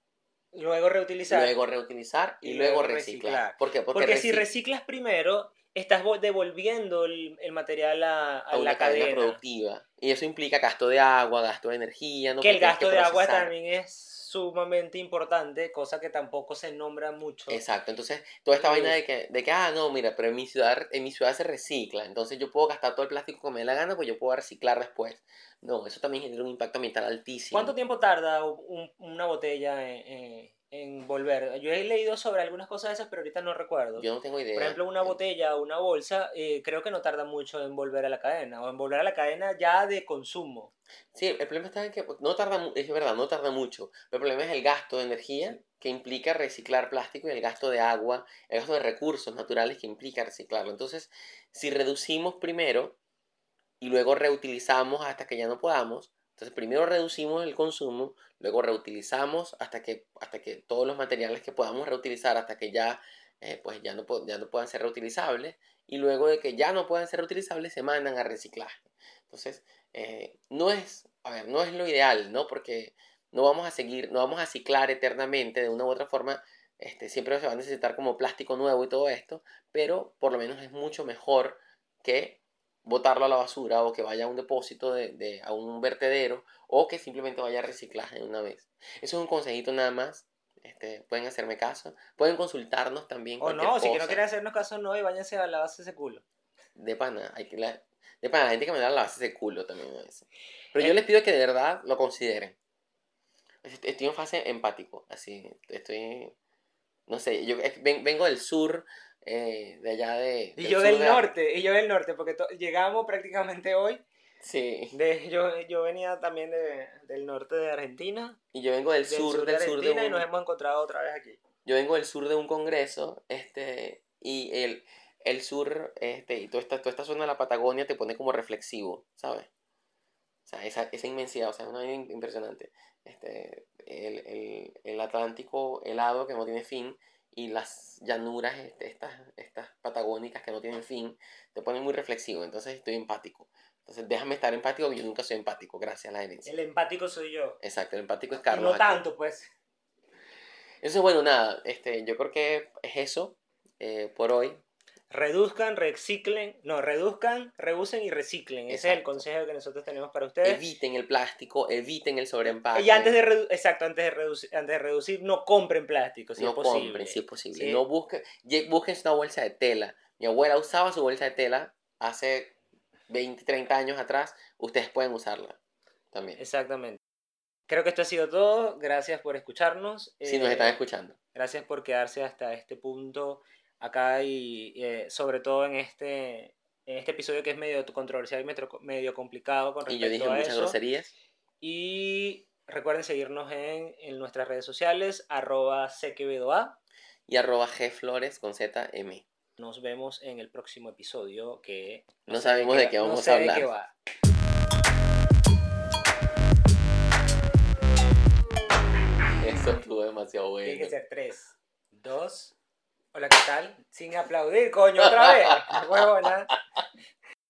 luego reutilizar luego reutilizar y y luego luego reciclar. reciclar. ¿Por qué? Porque Porque si reci- reciclas primero, estás vo- devolviendo el, el material a, a a una la cadena cadena. productiva. Y eso implica gasto de agua, gasto de energía, ¿no? Que el Porque tienes que gasto de agua procesar. también es sumamente importante, cosa que tampoco se nombra mucho. Exacto, entonces toda esta vaina Eh, de que, de que, ah, no, mira, pero en mi ciudad, en mi ciudad se recicla, entonces yo puedo gastar todo el plástico que me dé la gana, pues yo puedo reciclar después. No, eso también genera un impacto ambiental ¿Cuánto altísimo. tiempo tarda un- una botella en, en- en volver? Yo he leído sobre algunas cosas de esas, pero ahorita no recuerdo. Yo no tengo Por idea. ejemplo, una En- botella o una bolsa, eh, creo que no tarda mucho en volver a la cadena, o en volver a la cadena ya de consumo. Sí, el problema está en que pues, no tarda, mu- es verdad, no tarda mucho. Pero el problema es el gasto de energía Sí. que implica reciclar plástico y el gasto de agua, el gasto de recursos naturales que implica reciclarlo. Entonces, si reducimos primero y luego reutilizamos hasta que ya no podamos. Entonces primero reducimos el consumo, luego reutilizamos hasta que, hasta que todos los materiales que podamos reutilizar, hasta que ya, eh, pues ya, no, po- ya no puedan ser reutilizables, y luego de que ya no puedan ser reutilizables se mandan a reciclaje. Entonces, eh, no es, a ver, no es lo ideal, ¿no? Porque no vamos a seguir, no vamos a ciclar eternamente de una u otra forma. Este, siempre se va a necesitar como plástico nuevo y todo esto, pero por lo menos es mucho mejor que botarlo a la basura o que vaya a un depósito de, de- a un vertedero o que simplemente vaya a reciclaje de una vez. Eso es un consejito nada más. Este, pueden hacerme caso. Pueden consultarnos también O cualquier no, si que no quieren cosa. hacernos caso, no, y váyanse a lavarse ese culo. De pana, hay que la, de pana, la gente que me da la base de culo también a veces. Pero yo Eh, les pido que de verdad lo consideren. Estoy en fase empático, así, estoy, no sé, yo es que ven- vengo del sur, eh, de allá de, y del yo sur del de Ar- norte, y yo del norte, porque to- llegamos prácticamente hoy. sí, De, yo, yo venía también de, del norte de Argentina, y yo vengo del del sur, sur de del sur de Argentina, y nos un, hemos encontrado otra vez aquí. yo vengo del sur de un congreso, este, y el, el sur, este, y toda esta, toda esta zona de la Patagonia te pone como reflexivo, ¿sabes? O sea, esa, esa inmensidad, o sea, es una vaina im- impresionante. Este, el, el, el Atlántico helado que no tiene fin y las llanuras, este, estas, estas patagónicas que no tienen fin, te ponen muy reflexivo, entonces estoy empático. Entonces déjame estar empático, porque yo nunca soy empático, gracias a la herencia. El empático soy yo. Exacto, el empático es Y Carlos no aquí. tanto, pues. Eso es bueno, nada, este, yo creo que es eso eh, por hoy. Reduzcan, reciclen, no, reduzcan, reusen y reciclen. Ese es el Exacto. consejo que nosotros tenemos para ustedes. Eviten el plástico, eviten el Y sobreempaque. antes de redu- exacto, antes de, reducir, antes de reducir, no compren plástico, si No es posible. compren, si es posible. Sí. No busquen, ye- busquen una bolsa de tela. Mi abuela usaba su bolsa de tela hace veinte, treinta años atrás. Ustedes pueden usarla también. Exactamente. Creo que esto ha sido todo. Gracias por escucharnos. Si nos están Eh, escuchando. Gracias por quedarse hasta este punto acá y eh, sobre todo en este, en este episodio que es medio controversial y medio, medio complicado con Y yo respecto dije a muchas eso. groserías. Y recuerden seguirnos en, en nuestras redes sociales, arroba sequevedoa. Y arroba gflores con z m. Nos vemos en el próximo episodio que No sé sabemos de qué va- vamos no sé a de qué hablar. va. Eso estuvo demasiado Tiene que bueno. ser tres, dos. Hola, ¿qué tal? Sin aplaudir, coño, otra vez. Huevona.